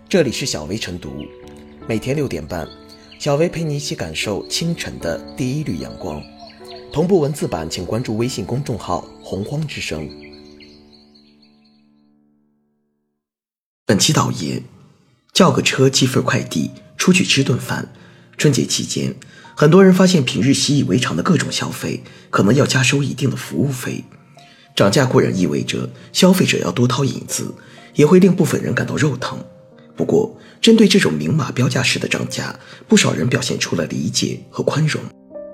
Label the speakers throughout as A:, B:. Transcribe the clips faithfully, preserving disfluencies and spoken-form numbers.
A: 这里是小薇晨读，每天六点半，小薇陪你一起感受清晨的第一缕阳光。同步文字版请关注微信公众号洪荒之声。本期导言：叫个车寄份快递，出去吃顿饭。春节期间，很多人发现平日习以为常的各种消费可能要加收一定的服务费。涨价固然意味着消费者要多掏银子，也会令部分人感到肉疼。不过，针对这种明码标价式的涨价，不少人表现出了理解和宽容。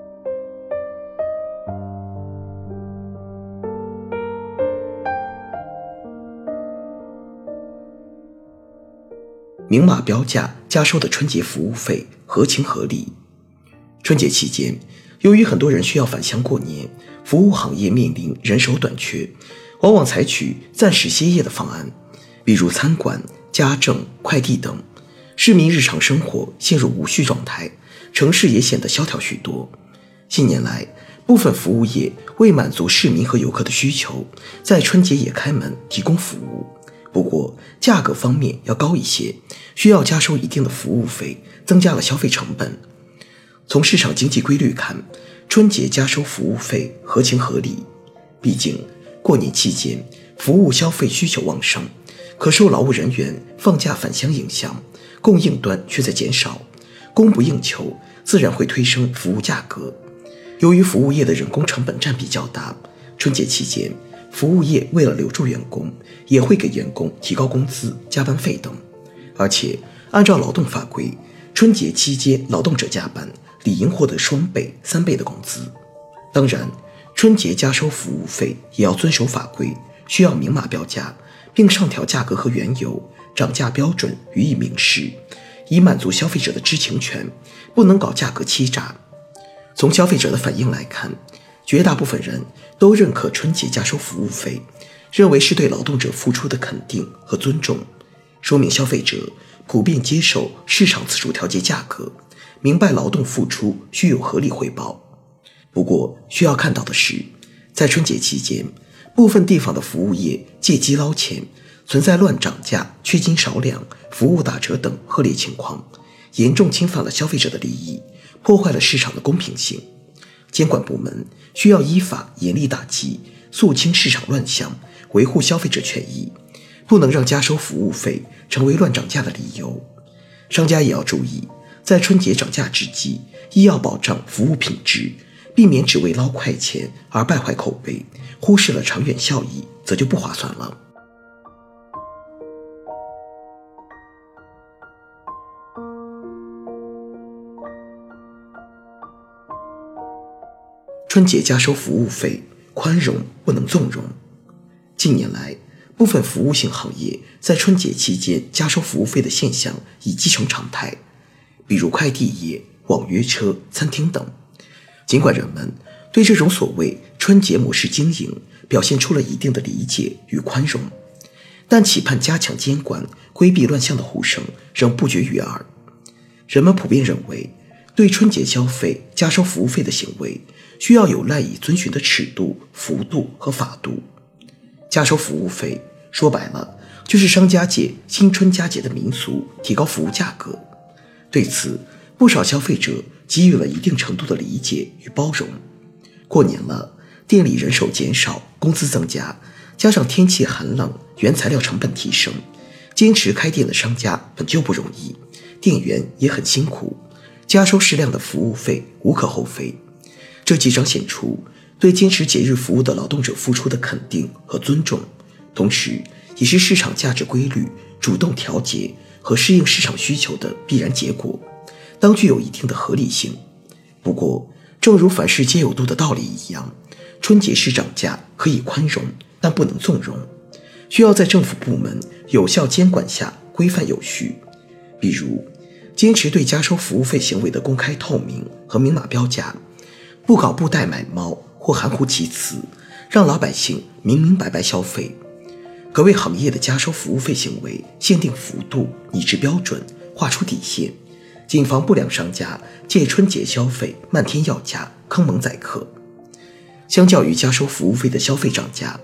A: 明码标价加收的春节服务费合情合理。春节期间，由于很多人需要返乡过年，服务行业面临人手短缺，往往采取暂时歇业的方案，比如餐馆、家政、快递等。市民日常生活陷入无序状态，城市也显得萧条许多。近年来，部分服务业为满足市民和游客的需求，在春节也开门提供服务。不过，价格方面要高一些，需要加收一定的服务费，增加了消费成本。从市场经济规律看，春节加收服务费合情合理。毕竟，过年期间服务消费需求旺盛，可受劳务人员放假返乡影响，供应端却在减少，供不应求，自然会推升服务价格。由于服务业的人工成本占比较大，春节期间服务业为了留住员工，也会给员工提高工资、加班费等。而且按照劳动法规，春节期间劳动者加班理应获得双倍、三倍的工资。当然，春节加收服务费也要遵守法规，需要明码标价，并上调价格和原油涨价标准予以明示，以满足消费者的知情权，不能搞价格欺诈。从消费者的反应来看，绝大部分人都认可春节加收服务费，认为是对劳动者付出的肯定和尊重，说明消费者普遍接受市场自主调节价格，明白劳动付出需有合理回报。不过需要看到的是，在春节期间，部分地方的服务业借机捞钱，存在乱涨价、缺斤少两、服务打折等恶劣情况，严重侵犯了消费者的利益，破坏了市场的公平性。监管部门需要依法严厉打击，肃清市场乱象，维护消费者权益，不能让加收服务费成为乱涨价的理由。商家也要注意，在春节涨价之际，亦要保障服务品质，避免只为捞快钱而败坏口碑，忽视了长远效益，则就不划算了。春节加收服务费，宽容不能纵容。近年来，部分服务性行业在春节期间加收服务费的现象已既成常态，比如快递业、网约车、餐厅等。尽管人们对这种所谓春节模式经营表现出了一定的理解与宽容，但期盼加强监管、规避乱象的呼声仍不绝于耳。人们普遍认为，对春节消费加收服务费的行为需要有赖以遵循的尺度、幅度和法度。加收服务费，说白了，就是商家借新春佳节的民俗提高服务价格。对此，不少消费者给予了一定程度的理解与包容。过年了，店里人手减少，工资增加，加上天气寒冷，原材料成本提升，坚持开店的商家本就不容易，店员也很辛苦，加收适量的服务费无可厚非。这既彰显出对坚持节日服务的劳动者付出的肯定和尊重，同时也是市场价值规律主动调节和适应市场需求的必然结果，当具有一定的合理性。不过，正如凡事皆有度的道理一样，春节时涨价可以宽容，但不能纵容，需要在政府部门有效监管下规范有序。比如，坚持对加收服务费行为的公开透明和明码标价，不搞布袋买猫或含糊其辞，让老百姓明明白白消费。可为行业的加收服务费行为限定幅度、拟制标准、划出底线，谨防不良商家借春节消费漫天要价，坑蒙宰客。相较于加收服务费的消费涨价，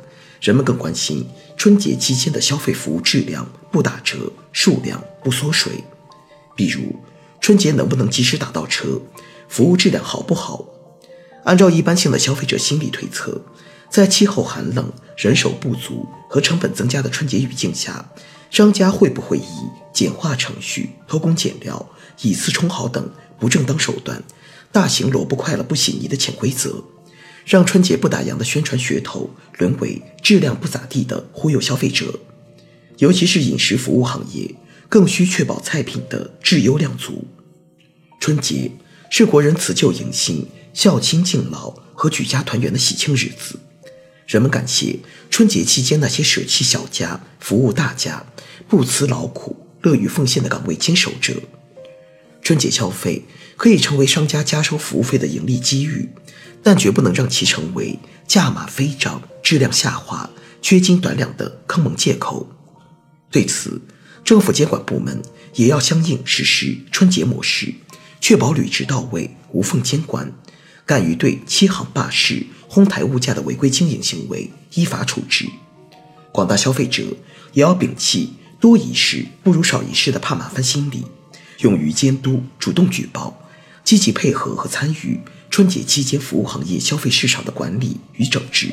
A: 人们更关心春节期间的消费服务质量不打折，数量不缩水。比如，春节能不能及时打到车，服务质量好不好？按照一般性的消费者心理推测，在气候寒冷、人手不足和成本增加的春节语境下，商家会不会以简化程序、偷工减料、以次充好等不正当手段，大行萝卜快了不洗泥的潜规则，让春节不打烊的宣传噱头沦为质量不咋地的忽悠消费者？尤其是饮食服务行业，更需确保菜品的质优量足。春节是国人辞旧迎新、孝亲敬老和举家团圆的喜庆日子，人们感谢春节期间那些舍弃小家、服务大家、不辞劳苦、乐于奉献的岗位坚守者。春节消费可以成为商家加收服务费的盈利机遇，但绝不能让其成为价码飞涨、质量下滑、缺斤短两的坑蒙借口。对此，政府监管部门也要相应实施春节模式，确保履职到位、无缝监管，敢于对欺行霸市、哄抬物价的违规经营行为依法处置。广大消费者也要摒弃多一事不如少一事的怕麻烦心理，勇于监督、主动举报，积极配合和参与春节期间服务行业消费市场的管理与整治。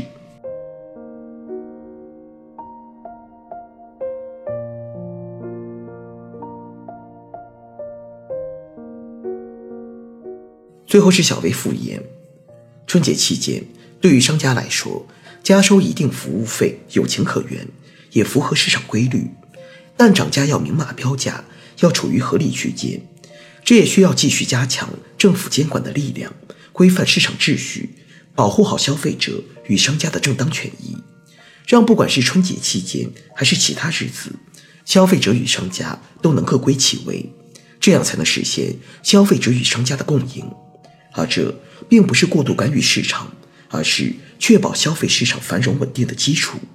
A: 最后是小微复言，春节期间对于商家来说，加收一定服务费有情可原，也符合市场规律，但涨价要明码标价，要处于合理区间。这也需要继续加强政府监管的力量，规范市场秩序，保护好消费者与商家的正当权益，让不管是春节期间还是其他日子，消费者与商家都能各归其位，这样才能实现消费者与商家的共赢。而这并不是过度干预市场，而是确保消费市场繁荣稳定的基础。